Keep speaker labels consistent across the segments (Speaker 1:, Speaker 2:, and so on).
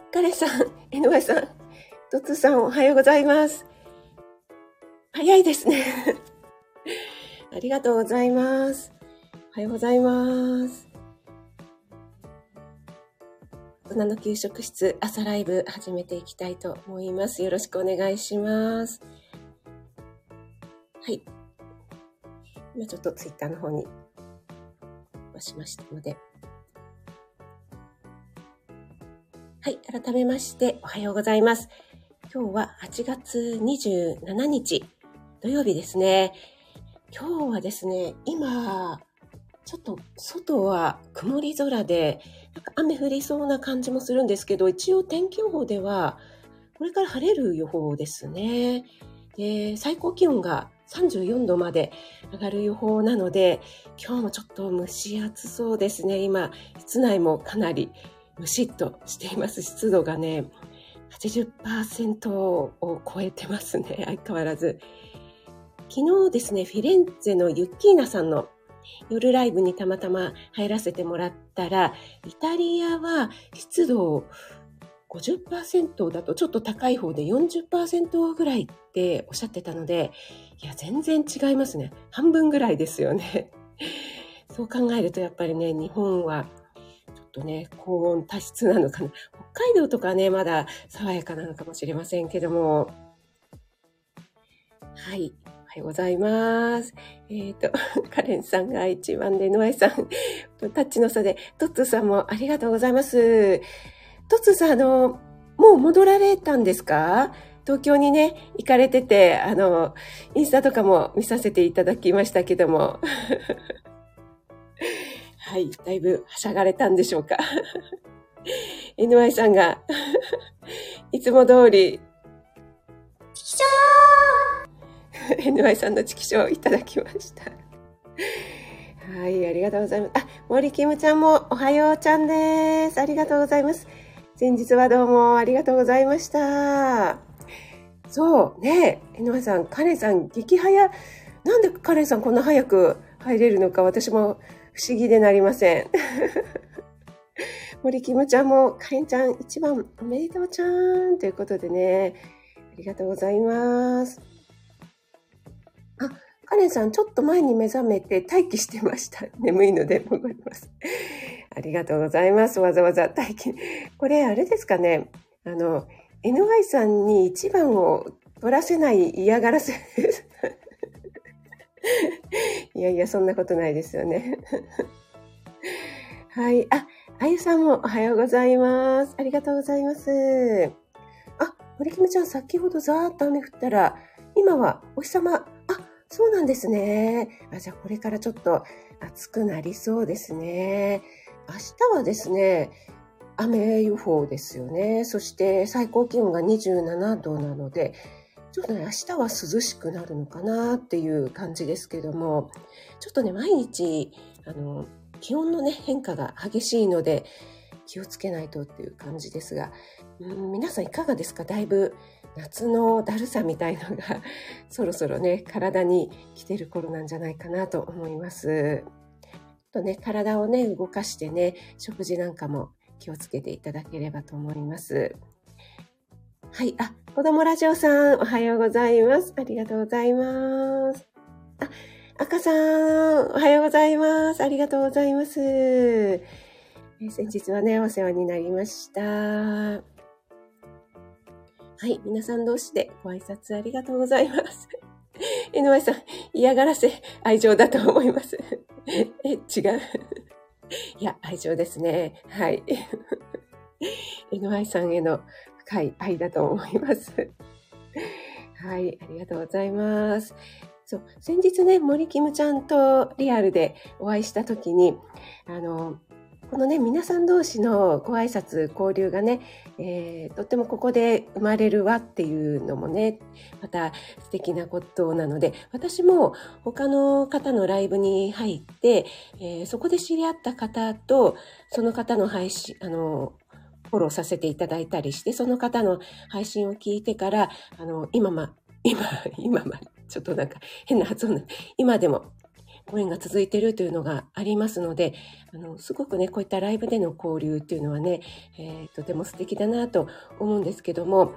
Speaker 1: カレンさん、NY さん、トツさんおはようございます。早いですね。ありがとうございます。おはようございます。大人の給食室朝ライブ始めていきたいと思います。よろしくお願いします。はい。今ちょっとツイッターの方に押しましたので。はい。改めましておはようございます。今日は8月27日土曜日ですね。今日はですね、今、ちょっと外は曇り空で、なんか雨降りそうな感じもするんですけど、一応天気予報では、これから晴れる予報ですね。で、最高気温が34度まで上がる予報なので、今日もちょっと蒸し暑そうですね。今、室内もかなりムシッとしています。湿度がね、80% を超えてますね。相変わらず。昨日ですね、フィレンツェのユッキーナさんの夜ライブにたまたま入らせてもらったら、イタリアは湿度 50% だとちょっと高い方で 40% ぐらいっておっしゃってたので、いや、全然違いますね。半分ぐらいですよね。そう考えるとやっぱりね、日本はちょっとね、高温多湿なのかな。北海道とかね、まだ爽やかなのかもしれませんけども。はい。おはようございます。カレンさんが一番で、ノアイさん、タッチの差で、トッツーさんもありがとうございます。トッツーさん、もう戻られたんですか？東京にね、行かれてて、インスタとかも見させていただきましたけども。はい、だいぶはしゃがれたんでしょうか。NY さんが、いつも通り、チキショーNY さんのチキショーいただきました。はい、ありがとうございます。あ、森キムちゃんもおはようちゃんです。ありがとうございます。先日はどうもありがとうございました。そうね、NY さん、カレンさん激早。なんでカレンさんこんな早く入れるのか私も不思議でなりません。森キムちゃんもカレンちゃん一番おめでとうちゃんということでね、ありがとうございます。あ、カレンさんちょっと前に目覚めて待機してました。眠いので戻ります。ありがとうございます。わざわざ待機。これあれですかね。NY さんに一番を取らせない嫌がらせ。いやいや、そんなことないですよね。はい。あゆさんもおはようございます。ありがとうございます。あ、森キムちゃん、先ほどざーっと雨降ったら、今はお日様、そうなんですね。じゃあこれからちょっと暑くなりそうですね。明日はですね、雨予報ですよね。そして最高気温が27度なので、ちょっとね、明日は涼しくなるのかなっていう感じですけども、ちょっとね、毎日、気温のね、変化が激しいので、気をつけないとっていう感じですが、皆さんいかがですか？だいぶ夏のだるさみたいのがそろそろね、体に来てる頃なんじゃないかなと思います。とね、体をね、動かしてね、食事なんかも気をつけていただければと思います。はい。子供ラジオさん、おはようございます。ありがとうございます。赤さん、おはようございます。ありがとうございます。先日はね、お世話になりました。はい。皆さん同士でご挨拶ありがとうございます。NY さん、嫌がらせ、愛情だと思います。違う。いや、愛情ですね。はい。NY さんへの深い愛だと思います。はい、ありがとうございます。そう、先日ね、森キムちゃんとリアルでお会いしたときに、このね、皆さん同士のご挨拶、交流がね、とってもここで生まれる輪っていうのもね、また素敵なことなので、私も他の方のライブに入って、そこで知り合った方と、その方の配信、フォローさせていただいたりして、その方の配信を聞いてから、今、ちょっとなんか変な発音今でもご縁が続いているというのがありますので、すごくね、こういったライブでの交流っていうのはね、とても素敵だなと思うんですけども、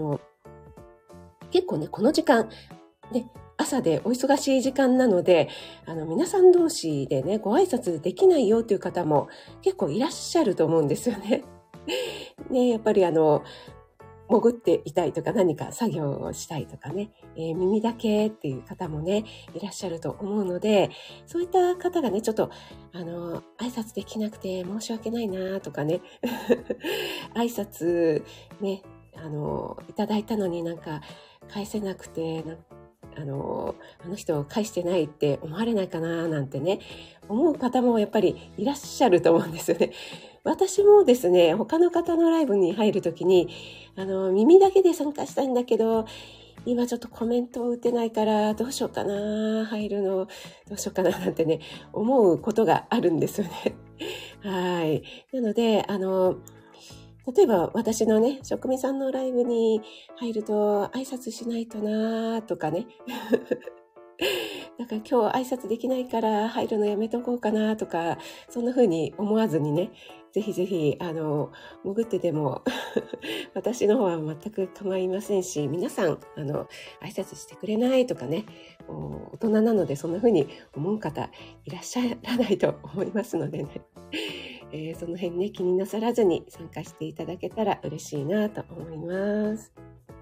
Speaker 1: 結構ね、この時間、ね、朝でお忙しい時間なので、皆さん同士でね、ご挨拶できないよという方も結構いらっしゃると思うんですよね。ね、やっぱり潜っていたいとか何か作業をしたいとかね、耳だけっていう方もね、いらっしゃると思うので、そういった方がね、ちょっと、挨拶できなくて申し訳ないなとかね、挨拶ね、いただいたのになんか返せなくて、あの人返してないって思われないかななんてね、思う方もやっぱりいらっしゃると思うんですよね。私もですね、他の方のライブに入るときに、耳だけで参加したいんだけど、今ちょっとコメントを打てないからどうしようかな、入るのどうしようかななんてね、思うことがあるんですよね。はい。なので、例えば私のね、職味さんのライブに入ると挨拶しないとなとかね。なんか今日挨拶できないから入るのやめとこうかなとか、そんな風に思わずにね、ぜひぜひ、潜ってでも私の方は全く構いませんし、皆さん、挨拶してくれないとかね、大人なのでそんな風に思う方いらっしゃらないと思いますのでね。その辺ね、気になさらずに参加していただけたら嬉しいなと思います。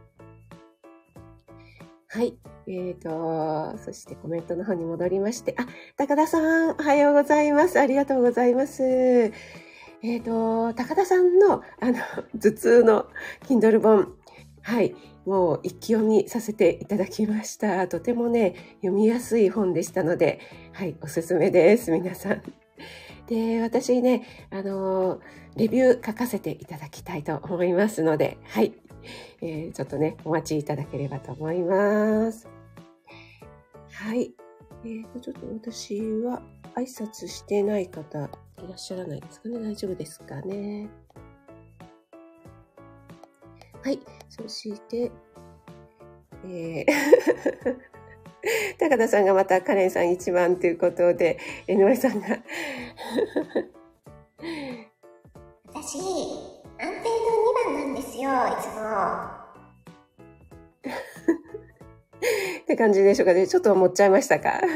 Speaker 1: はい。そしてコメントの方に戻りまして、高田さん、おはようございます。ありがとうございます。高田さんの、頭痛の Kindle 本、はい、もう一気読みさせていただきました。とてもね、読みやすい本でしたので、はい、おすすめです、皆さん。で、私ね、レビュー書かせていただきたいと思いますので、はい、ちょっとね、お待ちいただければと思います。はい。ちょっと私は挨拶してない方いらっしゃらないですかね。大丈夫ですかね。はい。そして、高田さんがまたカレンさん1番ということで、江上さんが
Speaker 2: 私、安定の2番なんですよ、いつも。
Speaker 1: って感じでしょうかね。ちょっと思っちゃいましたか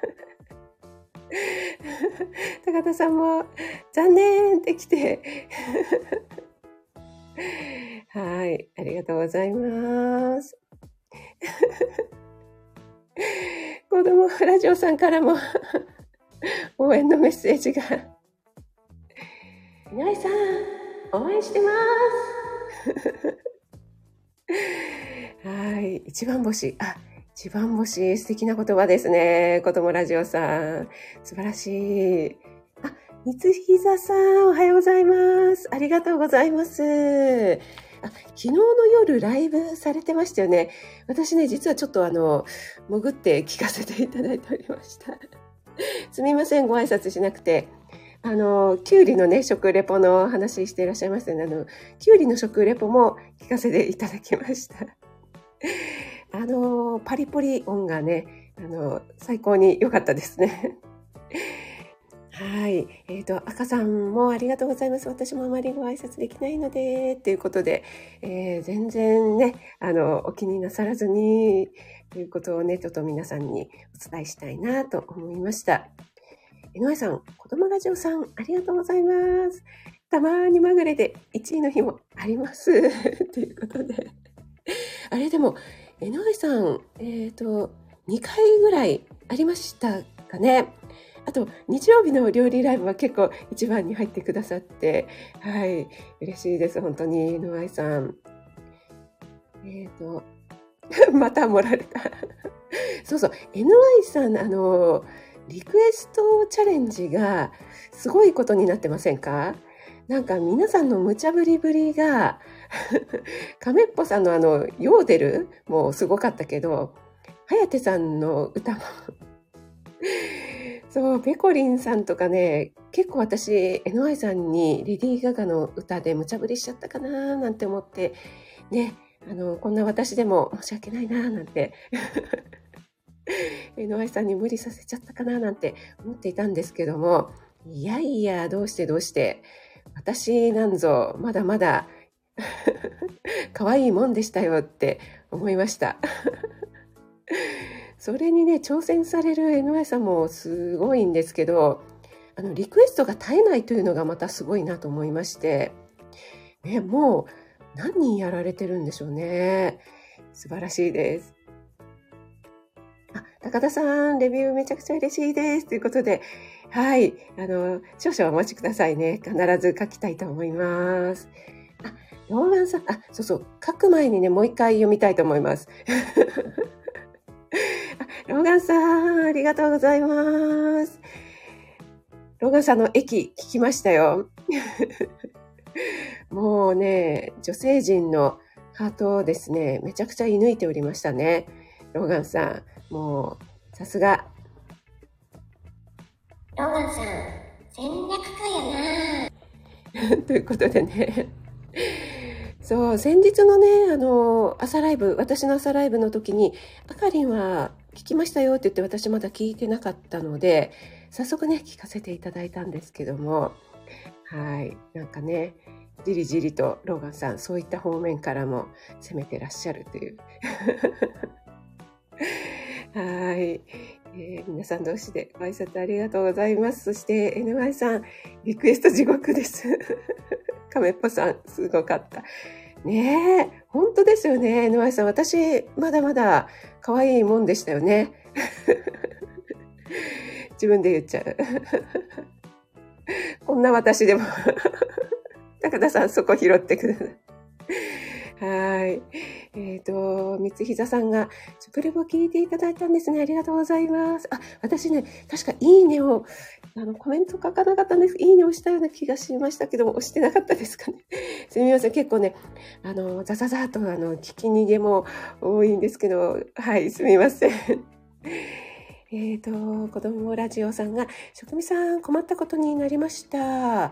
Speaker 1: 高田さんも残念って来てはい、ありがとうございます。子供ラジオさんからも応援のメッセージが。井上さん、応援してます。はい、一番星。一番星、素敵な言葉ですね。子供ラジオさん。素晴らしい。三ひざさん、おはようございます。ありがとうございます。昨日の夜ライブされてましたよね。私ね、実はちょっと潜って聞かせていただいておりました。すみません、ご挨拶しなくて。きゅうりのね、食レポの話していらっしゃいますよね。きゅうりの食レポも聞かせていただきました。パリポリ音がね、最高に良かったですね。はい。赤さんもありがとうございます。私もあまりご挨拶できないので、ということで、全然ね、お気になさらずに、ということをね、ちょっと皆さんにお伝えしたいなと思いました。井上さん、子供ラジオさん、ありがとうございます。たまにまぐれで1位の日もあります。ということで。あれでも、井上さん、2回ぐらいありましたかね。あと、日曜日の料理ライブは結構一番に入ってくださって、はい、嬉しいです。本当に、井上さん。また盛られた。そうそう、NY さん、リクエストチャレンジがすごいことになってませんか？なんか皆さんの無茶ぶりぶりが、亀っぽさんのヨーデルもすごかったけど、はやてさんの歌もそう、ペコリンさんとかね、結構私、NY さんにレディー・ガガの歌で無茶ぶりしちゃったかななんて思って、ね、こんな私でも申し訳ないななんて NY さんに無理させちゃったかななんて思っていたんですけども、いやいや、どうして私なんぞまだまだ可愛いもんでしたよって思いました。それにね、挑戦される NY さんもすごいんですけど、リクエストが絶えないというのがまたすごいなと思いまして、ね、もう何人やられてるんでしょうね。素晴らしいです。高田さん、レビューめちゃくちゃ嬉しいです。ということで、はい、少々お待ちくださいね。必ず書きたいと思います。ローガンさん、そう、書く前にね、もう一回読みたいと思います。ローガンさん、ありがとうございます。ローガンさんの駅聞きましたよ。もうね、女性陣のハートをですね、めちゃくちゃ射抜いておりましたね。ローガンさん、もう、さすが。
Speaker 2: ローガンさん、戦略家やな。
Speaker 1: ということでね。そう、先日のね、朝ライブ、私の朝ライブの時に、あかりんは聞きましたよって言って私まだ聞いてなかったので、早速ね、聞かせていただいたんですけども、はい、なんかね、じりじりとローガンさん、そういった方面からも攻めてらっしゃるという。はい、皆さん同士でご挨拶ありがとうございます。そして NY さん、リクエスト地獄です。亀っぽさん、すごかった。ねえ、本当ですよね、NY さん。私、まだまだ可愛いもんでしたよね。自分で言っちゃう。こんな私でも。高田さん、そこ拾ってください。はい。三膝さんが、食レポ聞いていただいたんですね。ありがとうございます。私ね、確かいいねを、コメント書かなかったんです。いいねをしたような気がしましたけども、押してなかったですかね。すみません。結構ね、ザザザーと、聞き逃げも多いんですけど、はい、すみません。子供ラジオさんが、職味さん困ったことになりました。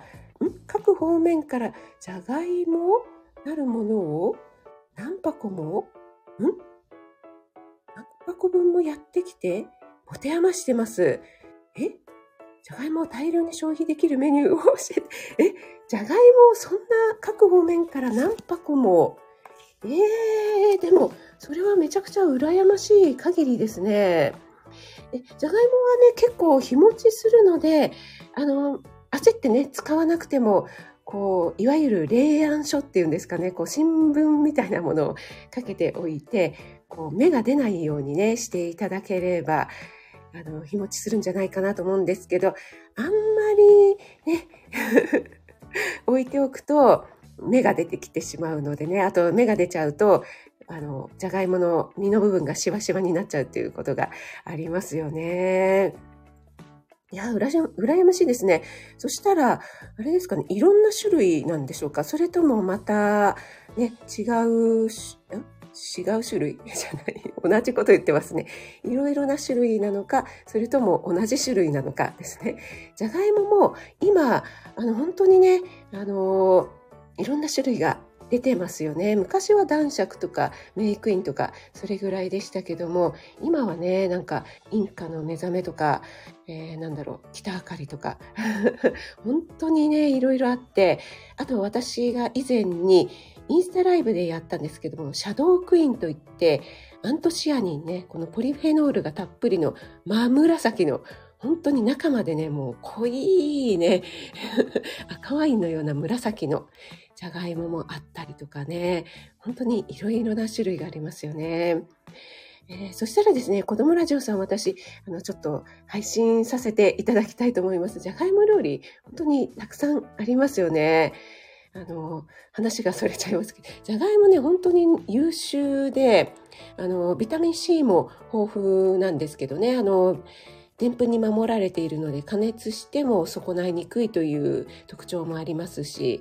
Speaker 1: 各方面からじゃがいもなるものを何箱も何箱分もやってきて持て余してます。じゃがいもを大量に消費できるメニューを教えて。じゃがいもをそんな各方面から何箱も。でもそれはめちゃくちゃ羨ましい限りですね。じゃがいもはね、結構日持ちするので、焦ってね、使わなくても、いわゆる冷暗所っていうんですかね、新聞みたいなものをかけておいて、芽が出ないようにね、していただければ、日持ちするんじゃないかなと思うんですけど、あんまりね、置いておくと、芽が出てきてしまうのでね、あと芽が出ちゃうと、じゃがいもの実の部分がしわしわになっちゃうっていうことがありますよね。いや、羨ましいですね。そしたら、あれですかね、いろんな種類なんでしょうか？それともまた、ね、違う種類じゃない。同じこと言ってますね。いろいろな種類なのか、それとも同じ種類なのかですね。じゃがいもも今、本当にね、いろんな種類が出てますよね。昔は男爵とかメイクインとかそれぐらいでしたけども、今はね、なんかインカの目覚めとか、北あかりとか本当にね、いろいろあって、あと私が以前にインスタライブでやったんですけども、シャドークイーンといってアントシアニンね、このポリフェノールがたっぷりの真紫の本当に中までね、もう濃いね赤ワインのような紫のじゃがいももあったりとかね、本当にいろいろな種類がありますよね。そしたらですね、子供ラジオさん、私、ちょっと配信させていただきたいと思います。じゃがいも料理、本当にたくさんありますよね。話がそれちゃいますけど、じゃがいもね、本当に優秀で、ビタミン C も豊富なんですけどね、でんぷんに守られているので加熱しても損ないにくいという特徴もありますし、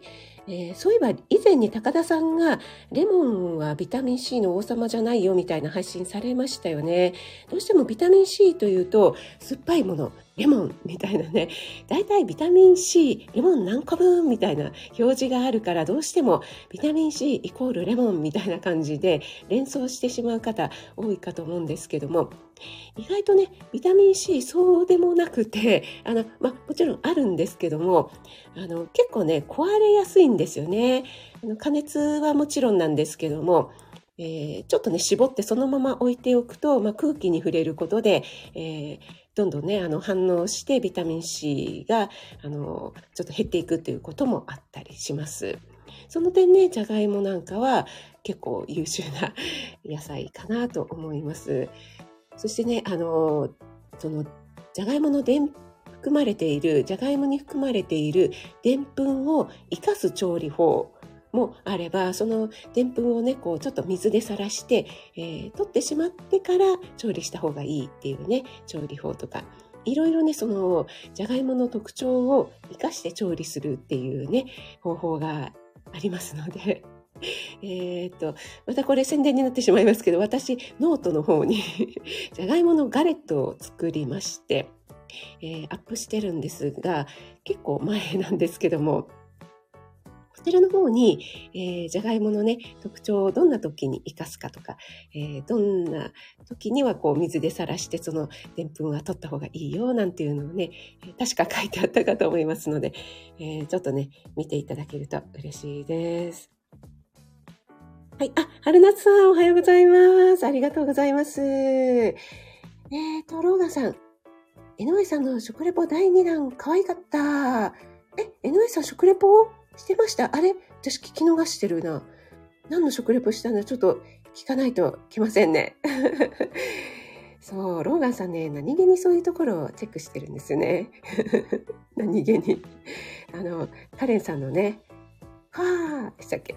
Speaker 1: そういえば以前に高田さんがレモンはビタミン C の王様じゃないよみたいな配信されましたよね。どうしてもビタミン C というと酸っぱいもの、レモンみたいなね。だいたいビタミン C、レモン何個分みたいな表示があるからどうしてもビタミン C イコールレモンみたいな感じで連想してしまう方多いかと思うんですけども、意外とね、ビタミン C そうでもなくて、もちろんあるんですけども、結構ね、壊れやすいんですよね。加熱はもちろんなんですけども、ちょっとね、絞ってそのまま置いておくと、空気に触れることで、どんどんね、反応してビタミン C が、ちょっと減っていくっていうこともあったりします。その点ね、じゃがいもなんかは結構優秀な野菜かなと思います。そしてね、そのじゃがいものじゃがいもに含まれているでんぷんを生かす調理法もあれば、そのでんぷんをね、こうちょっと水でさらして、取ってしまってから調理した方がいいっていうね、調理法とか、いろいろね、そのじゃがいもの特徴を生かして調理するっていうね、方法がありますので、またこれ宣伝になってしまいますけど、私、ノートの方にじゃがいものガレットを作りまして、アップしてるんですが、結構前なんですけども、こちらの方に、じゃがいものね、特徴をどんな時に生かすかとか、どんな時にはこう水でさらしてそのでんぷんは取った方がいいよなんていうのをね、確か書いてあったかと思いますので、ちょっとね、見ていただけると嬉しいです。はい。春夏さん、おはようございます。ありがとうございます。ローガさん。江上さんの食レポ第2弾、可愛かった。江上さん食レポしてました？あれ？私聞き逃してるな。何の食レポしたの？ちょっと聞かないと来ませんね。そう、ローガンさんね、何気にそういうところをチェックしてるんですよね。何気に。カレンさんのね、はーでしたっけ？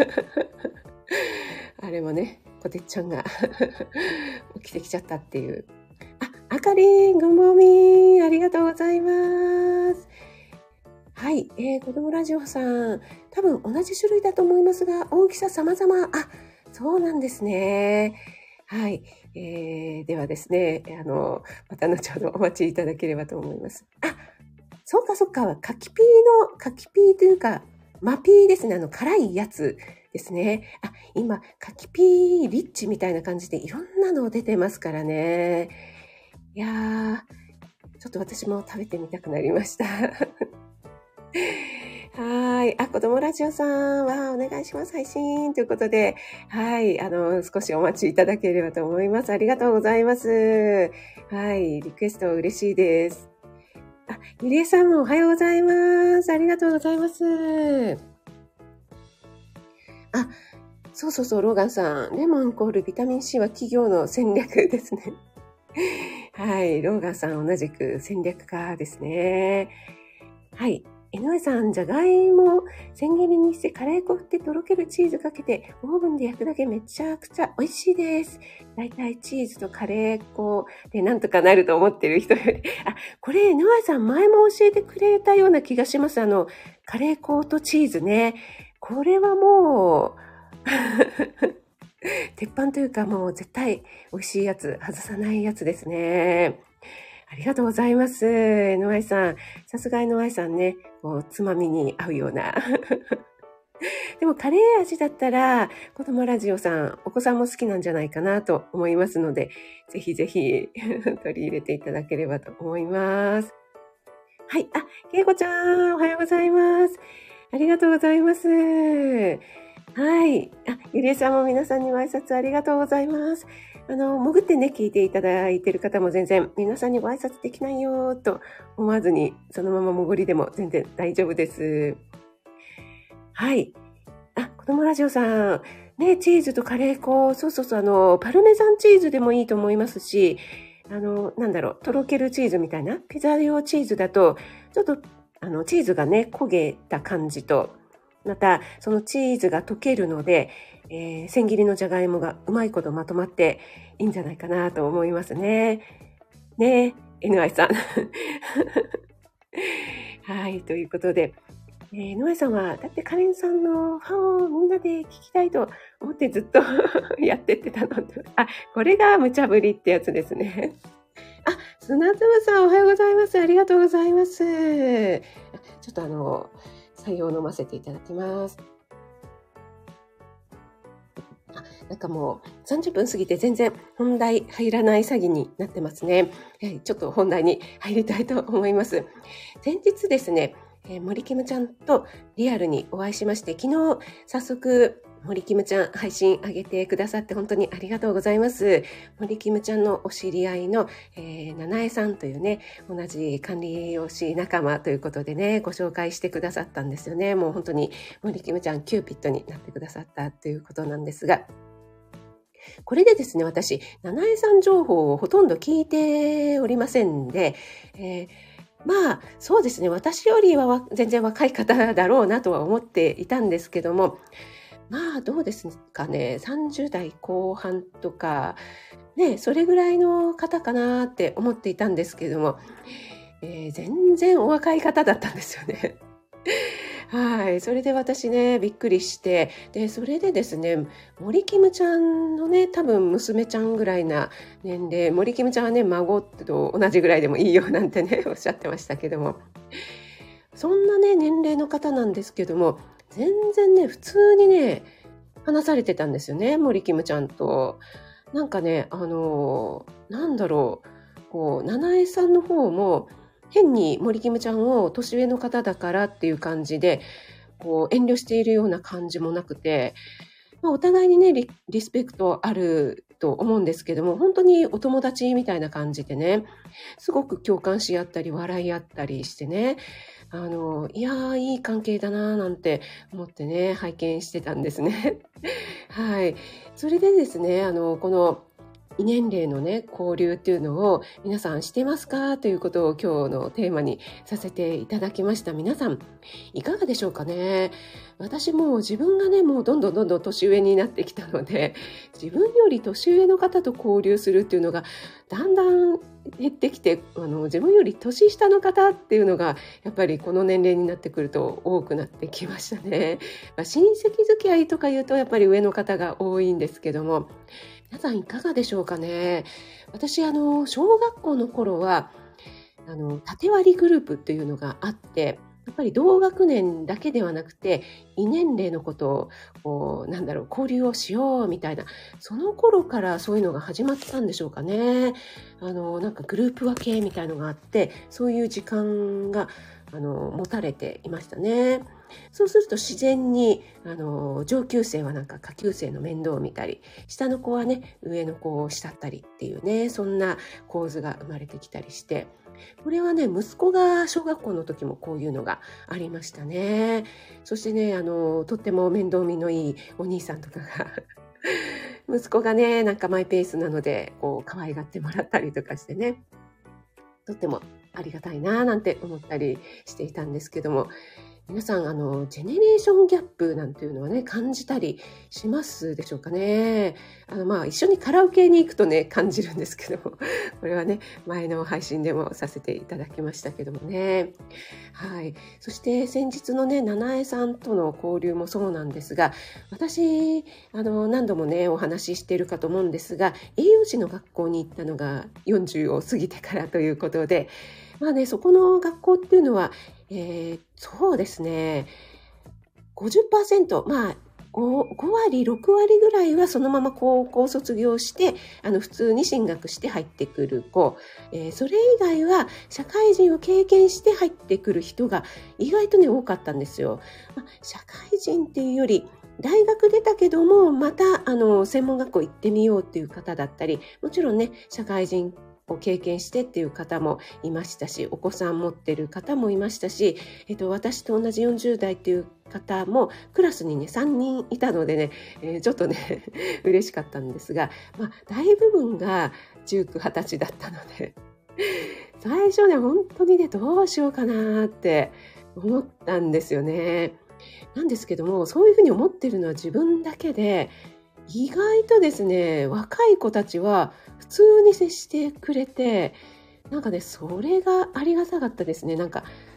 Speaker 1: あれもね、こてっちゃんが起きてきちゃったっていう。あかりん、グンボーミー、ありがとうございます。はい、子供ラジオさん、多分同じ種類だと思いますが、大きさ様々。そうなんですね。はい、ではですね、また後ほどお待ちいただければと思います。そうかそうか、柿ピーというか、マピーですね。辛いやつですね。今、柿ピーリッチみたいな感じでいろんなの出てますからね。いやー、ちょっと私も食べてみたくなりました。はい。子供ラジオさんはお願いします。配信ということで、はい。少しお待ちいただければと思います。ありがとうございます。はい。リクエスト嬉しいです。ゆりえさんもおはようございます。ありがとうございます。そう、ローガンさん。レモンイコールビタミン C は企業の戦略ですね。はい。ローガンさん同じく戦略家ですね。はい。江上さん、じゃがいも千切りにしてカレー粉振ってとろけるチーズかけてオーブンで焼くだけめちゃくちゃ美味しいです。だいたいチーズとカレー粉でなんとかなると思ってる人より。これ江上さん前も教えてくれたような気がします。カレー粉とチーズね。これはもう、鉄板というかもう絶対美味しいやつ、外さないやつですね。ありがとうございます。NY さん。さすが NY さんね、こう、つまみに合うような。でも、カレー味だったら、子供ラジオさん、お子さんも好きなんじゃないかなと思いますので、ぜひぜひ取り入れていただければと思います。はい。けいこちゃん、おはようございます。ありがとうございます。はい。ゆりえさんも皆さんにご挨拶ありがとうございます。潜ってね、聞いていただいている方も全然、皆さんにご挨拶できないよと思わずに、そのまま潜りでも全然大丈夫です。はい。子供ラジオさん。ね、チーズとカレー粉、そう、パルメザンチーズでもいいと思いますし、とろけるチーズみたいな、ピザ用チーズだと、ちょっと、チーズがね、焦げた感じと、また、そのチーズが溶けるので、千切りのじゃがいもがうまいことまとまっていいんじゃないかなと思いますね。ね、NY さん。はい、ということで、 ノエさんは、だってカレンさんのファンをみんなで聞きたいと思ってずっとやってってたので。あ、これが無茶ぶりってやつですね。あ、砂粒さんおはようございます。ありがとうございます。ちょっと採用を飲ませていただきます。なんかもう30分過ぎて全然本題入らない詐欺になってますね。ちょっと本題に入りたいと思います。先日ですね、森キムちゃんとリアルにお会いしまして、昨日早速森キムちゃん配信上げてくださって本当にありがとうございます。森キムちゃんのお知り合いの、七重さんというね、同じ管理栄養士仲間ということでね、ご紹介してくださったんですよね。もう本当に森キムちゃんキューピッドになってくださったということなんですが、これでですね、私、七重さん情報をほとんど聞いておりませんで、まあ、そうですね、私よりは全然若い方だろうなとは思っていたんですけども、まあ、どうですかね、30代後半とか、ね、それぐらいの方かなって思っていたんですけども、全然お若い方だったんですよね。はい。それで私ね、びっくりして、で、それでですね、森キムちゃんのね、多分娘ちゃんぐらいな年齢、森キムちゃんはね、孫と同じぐらいでもいいよなんてね、おっしゃってましたけども、そんなね、年齢の方なんですけども、全然ね、普通にね、話されてたんですよね、森キムちゃんと。なんかね、なんだろう、こう、七重さんの方も、変に森キムちゃんを年上の方だからっていう感じで、こう遠慮しているような感じもなくて、まあ、お互いにね、リスペクトあると思うんですけども、本当にお友達みたいな感じでね、すごく共感し合ったり、笑い合ったりしてね、いやー、いい関係だなーなんて思ってね、拝見してたんですね。はい。それでですね、この異年齢のね、交流っていうのを皆さんしてますかということを今日のテーマにさせていただきました。皆さん、いかがでしょうかね。私も自分がね、もうどんどん年上になってきたので、自分より年上の方と交流するっていうのがだんだん減ってきて、自分より年下の方っていうのがやっぱりこの年齢になってくると多くなってきましたね。親戚付き合いとか言うとやっぱり上の方が多いんですけども、皆さんいかがでしょうかね。私、小学校の頃は、縦割りグループっていうのがあって、やっぱり同学年だけではなくて、異年齢のことを、交流をしようみたいな、その頃からそういうのが始まったんでしょうかね。なんかグループ分けみたいのがあって、そういう時間が、持たれていましたね。そうすると自然に上級生はなんか下級生の面倒を見たり、下の子はね上の子を慕ったりっていうね、そんな構図が生まれてきたりして、これはね息子が小学校の時もこういうのがありましたね。そしてねとっても面倒見のいいお兄さんとかが息子がねなんかマイペースなのでこう可愛がってもらったりとかしてね、とってもありがたいななんて思ったりしていたんですけども、皆さん、ジェネレーションギャップなんていうのはね、感じたりしますでしょうかね。一緒にカラオケに行くとね、感じるんですけども、これはね、前の配信でもさせていただきましたけどもね。はい。そして、先日のね、七重さんとの交流もそうなんですが、私、何度もね、お話ししているかと思うんですが、栄養士の学校に行ったのが40を過ぎてからということで、まあね、そこの学校っていうのは、そうですね。50%、まあ、5割、6割ぐらいはそのまま高校卒業して、普通に進学して入ってくる子。それ以外は社会人を経験して入ってくる人が意外とね、多かったんですよ。社会人っていうより、大学出たけども、また、専門学校行ってみようっていう方だったり、もちろんね、社会人を経験してっていう方もいましたし、お子さん持ってる方もいましたし、私と同じ40代っていう方もクラスにね3人いたのでね、ちょっとね嬉しかったんですが、大部分が19、20歳だったので最初ね本当にねどうしようかなって思ったんですよね。なんですけども、そういうふうに思ってるのは自分だけで、意外とですね、若い子たちは普通に接してくれて、なんかね、それがありがたかったですね。なんか、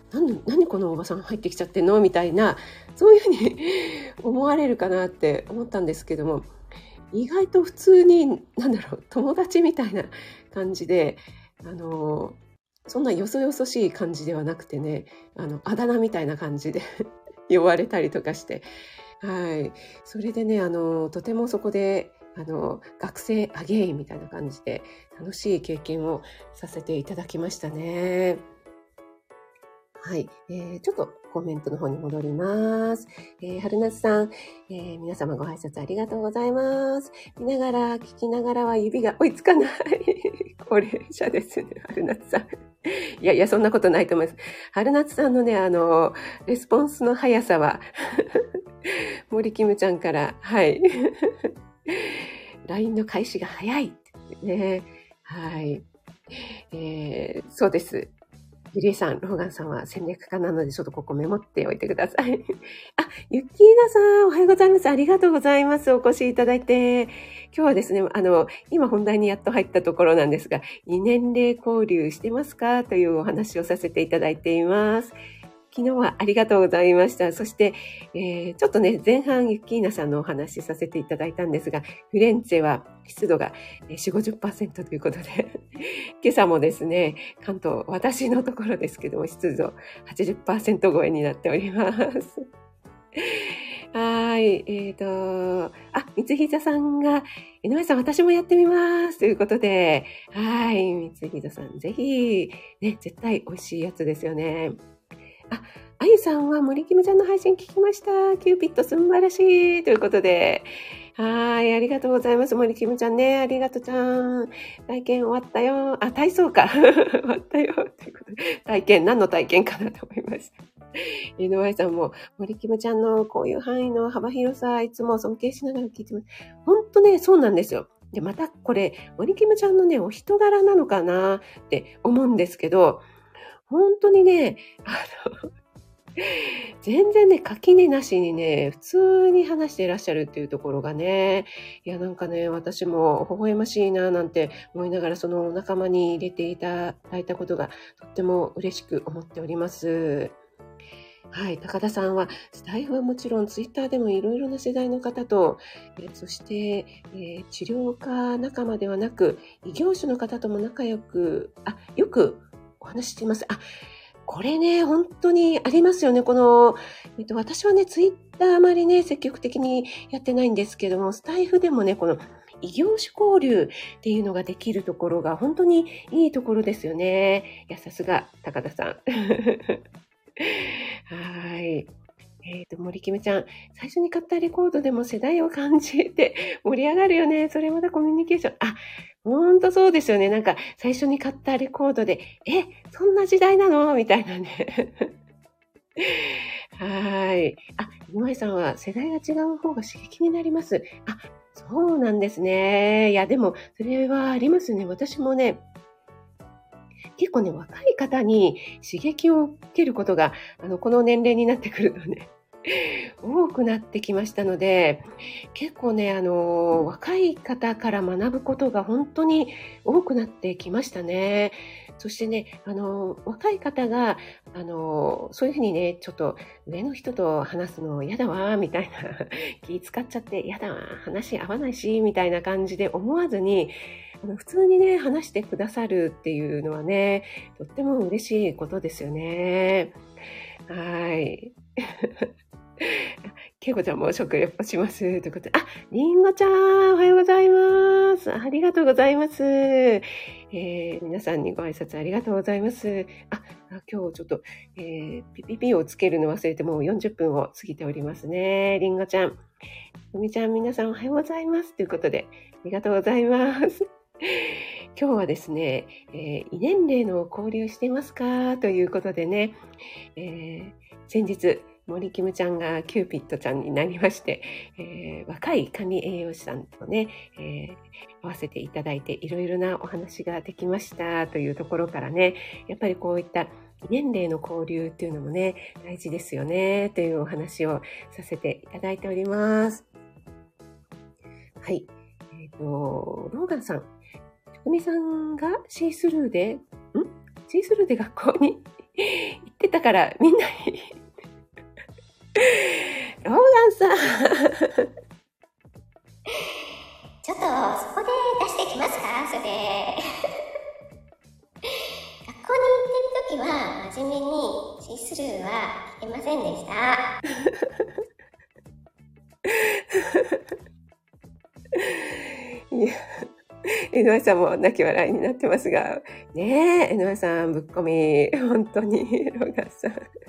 Speaker 1: 何このおばさん入ってきちゃってんのみたいな、そういうふうに思われるかなって思ったんですけども、意外と普通に、友達みたいな感じで、そんなよそよそしい感じではなくてね、あだ名みたいな感じで呼ばれたりとかして、はい。それでね、とてもそこで、学生アゲインみたいな感じで、楽しい経験をさせていただきましたね。はい。ちょっとコメントの方に戻ります。春夏さん、皆様ご挨拶ありがとうございます。見ながら、聞きながらは指が追いつかない。高齢者ですね、春夏さん。いや、そんなことないと思います。春夏さんのね、レスポンスの速さは、森キムちゃんから、はい。LINE の開始が早いってね。はい。そうです。ゆりえさん、ローガンさんは戦略家なので、ちょっとここメモっておいてください。あ、ゆきーなさん、おはようございます。ありがとうございます。お越しいただいて。今日はですね、今本題にやっと入ったところなんですが、2年齢交流してますかというお話をさせていただいています。昨日はありがとうございました。そして、ちょっとね、前半ユッキーナさんのお話しさせていただいたんですが、フィレンツェは湿度が4、50% ということで、今朝もですね、関東、私のところですけども、湿度 80% 超えになっております。はい。三ひざさんが、井上さん、私もやってみます。ということで、はい。三ひざさん、ぜひ、ね、絶対美味しいやつですよね。あゆさんは森キムちゃんの配信聞きました。キューピッド素晴らしい。ということで。はい、ありがとうございます。森キムちゃんね。ありがとうちゃん。体験終わったよ。体操か。終わったよ。ということで。何の体験かなと思いました。井上さんも、森キムちゃんのこういう範囲の幅広さ、いつも尊敬しながら聞いてます。ほんとね、そうなんですよ。で、またこれ、森キムちゃんのね、お人柄なのかなって思うんですけど、本当にね、全然ね、垣根なしにね、普通に話していらっしゃるっていうところがね、いや、なんかね、私も微笑ましいななんて思いながら、その仲間に入れていただいたことがとっても嬉しく思っております。はい、高田さんは、スタイフはもちろん、ツイッターでもいろいろな世代の方と、そして、治療家仲間ではなく、異業種の方とも仲良く、よくお話ししています。これね、本当にありますよね。私はね、ツイッターあまりね、積極的にやってないんですけども、スタイフでもね、この異業種交流っていうのができるところが本当にいいところですよね。いや、さすが、高田さん。はい。森キムちゃん、最初に買ったレコードでも世代を感じて盛り上がるよね。それまたコミュニケーション。ほんとそうですよね。なんか、最初に買ったレコードで、そんな時代なのみたいなね。はい。井上さんは世代が違う方が刺激になります。そうなんですね。いや、でも、それはありますね。私もね、結構ね、若い方に刺激を受けることが、この年齢になってくるとね、多くなってきましたので、結構ね、若い方から学ぶことが本当に多くなってきましたね。そしてね、若い方が、そういうふうにね、ちょっと上の人と話すの嫌だわ、みたいな、気使っちゃって嫌だわ、話合わないし、みたいな感じで思わずに、普通にね、話してくださるっていうのはね、とっても嬉しいことですよね。はい。けいこちゃんも食レポします。ということで、りんごちゃん、おはようございます。ありがとうございます。皆さんにご挨拶ありがとうございます。今日ちょっと、ピピピをつけるの忘れてもう40分を過ぎておりますね。りんごちゃん。ふみちゃん、皆さんおはようございます。ということで、ありがとうございます。今日はですね、異年齢の交流してますかということでね、先日、森キムちゃんがキューピッドちゃんになりまして、若い管理栄養士さんとね、会わせていただいていろいろなお話ができましたというところからね、やっぱりこういった異年齢の交流っていうのもね、大事ですよねというお話をさせていただいております。はい。ローガンさん、ふみさんがシースルーで学校に言ってたからみんなにローガンさん
Speaker 2: ちょっとそこで出してきますか、それ。学校に行ってるときは真面目にシースルーは着てませんでした。
Speaker 1: いや、江上さんも泣き笑いになってますが、ねえ、江上さんぶっこみ、本当に、ローガンさん。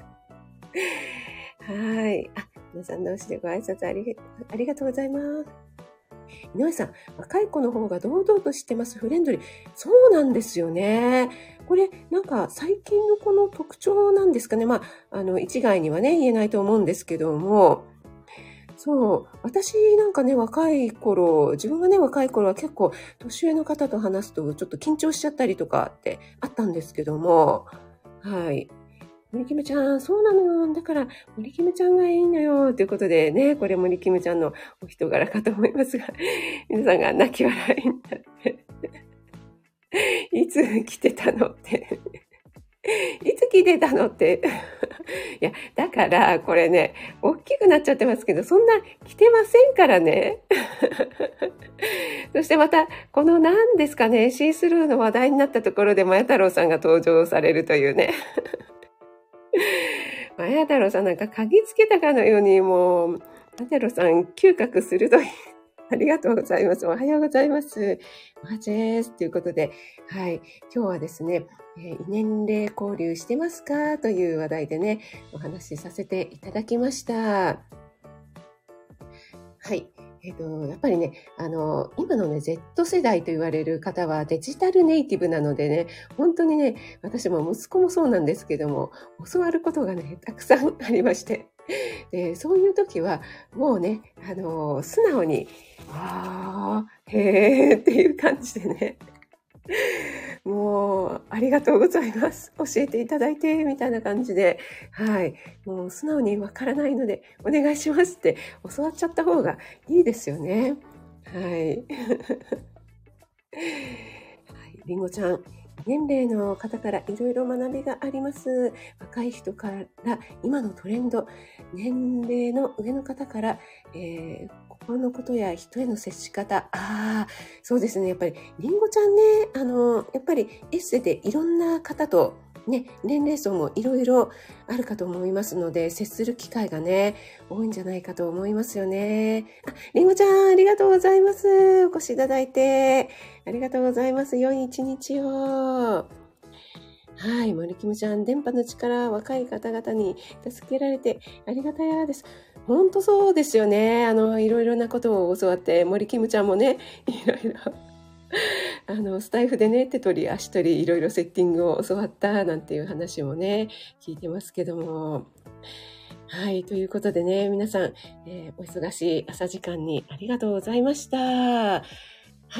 Speaker 1: はい。あ、皆さん同士でご挨拶ありがとうございます。井上さん、若い子の方が堂々としてます。フレンドリー。そうなんですよね。これ、なんか最近のこの特徴なんですかね。まあ、一概にはね、言えないと思うんですけども、そう。私なんかね、自分がね、若い頃は結構、年上の方と話すと、ちょっと緊張しちゃったりとかってあったんですけども、はい。森キムちゃん、そうなのよ。だから、森キムちゃんがいいのよ。ということでね、これ森キムちゃんのお人柄かと思いますが、皆さんが泣き笑いになって、いつ来てたのって、いつ来てたのって、いや、だから、これね、大きくなっちゃってますけど、そんな来てませんからね。そしてまた、この何ですかね、シースルーの話題になったところで、マヤ太郎さんが登場されるというね。マヤ太郎さんなんか嗅ぎつけたかのように、もう、マヤ太郎さん、嗅覚鋭い。ありがとうございます。おはようございます。マーチェスということで、はい。今日はですね、異年齢交流してますかという話題でね、お話しさせていただきました。はい。やっぱりね、今のね、Z 世代と言われる方はデジタルネイティブなのでね、本当にね、私も息子もそうなんですけども、教わることがね、たくさんありまして。で、そういう時は、もうね、素直に、へーっていう感じでね、もう、ありがとうございます。教えていただいて、みたいな感じで、はい。もう素直にわからないので、お願いしますって教わっちゃった方がいいですよね。はい。はい、りんごちゃん。年齢の方からいろいろ学びがあります。若い人から今のトレンド、年齢の上の方から、心のことや人への接し方。そうですね。やっぱり、りんごちゃんね、やっぱりエッセでいろんな方と、ね、年齢層もいろいろあるかと思いますので、接する機会がね、多いんじゃないかと思いますよね。りんごちゃん、ありがとうございます。お越しいただいて。ありがとうございます。良い一日を。はい、森キムちゃん、電波の力、若い方々に助けられてありがたやです。本当そうですよね。いろいろなことを教わって、森キムちゃんもね、いろいろ、スタイフでね、手取り足取りいろいろセッティングを教わったなんていう話もね、聞いてますけども。はい、ということでね、皆さん、お忙しい朝時間にありがとうございました。はい、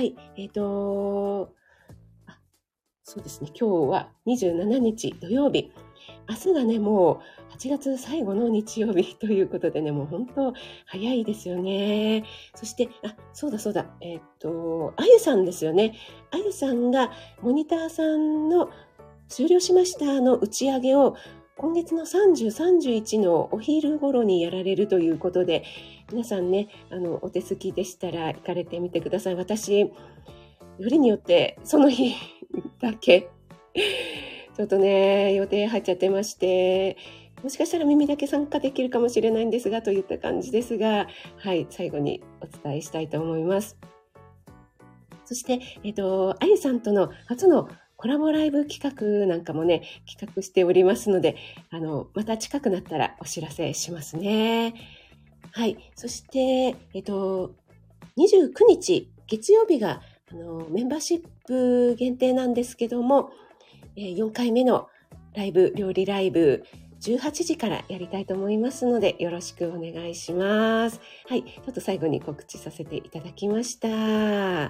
Speaker 1: そうですね、今日は27日土曜日。明日がね、もう8月最後の日曜日ということでね、もう本当早いですよね。そして、そうだそうだ、あゆさんですよね。あゆさんがモニターさんの終了しましたの打ち上げを今月の30、31のお昼頃にやられるということで、皆さんね、お手すきでしたら行かれてみてください。私、よりによってその日だけ、ちょっとね、予定入っちゃってまして、もしかしたら耳だけ参加できるかもしれないんですが、といった感じですが、はい、最後にお伝えしたいと思います。そして、あゆさんとの初のコラボライブ企画なんかもね、企画しておりますので、また近くなったらお知らせしますね。はい。そして、29日月曜日が、メンバーシップ限定なんですけども、4回目のライブ、料理ライブ、18時からやりたいと思いますので、よろしくお願いします。はい。ちょっと最後に告知させていただきました。はい。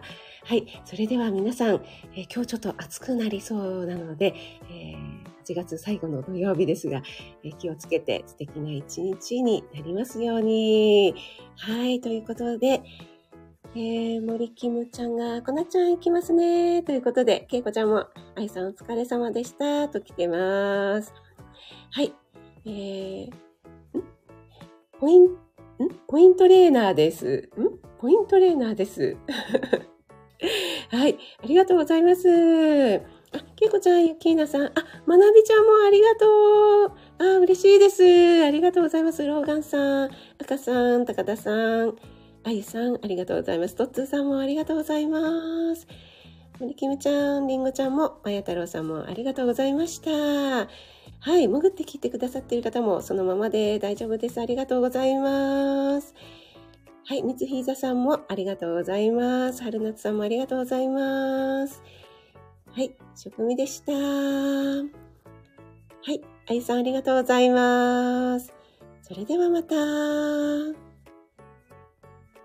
Speaker 1: それでは皆さん、今日ちょっと暑くなりそうなので、8月最後の土曜日ですが、気をつけて素敵な一日になりますように。はい。ということで、森キムちゃんが、こなちゃん行きますね。ということで、けいこちゃんも、あいさんお疲れ様でした。と来てます。 はい。ポイントレーナーです。ポイントレーナーです。はい。ありがとうございます。けいこちゃん、ゆきーなさん。まなびちゃんもありがとう。嬉しいです。ありがとうございます。ローガンさん、赤さん、高田さん、あゆさん、ありがとうございます。トッツーさんもありがとうございます。森キムちゃん、りんごちゃんも、まや太郎さんもありがとうございました。はい。潜って聞いてくださっている方もそのままで大丈夫です。ありがとうございます。はい。みつひいざさんもありがとうございます。春夏さんもありがとうございます。はい。食味でした。はい。あゆさんありがとうございます。それではまた。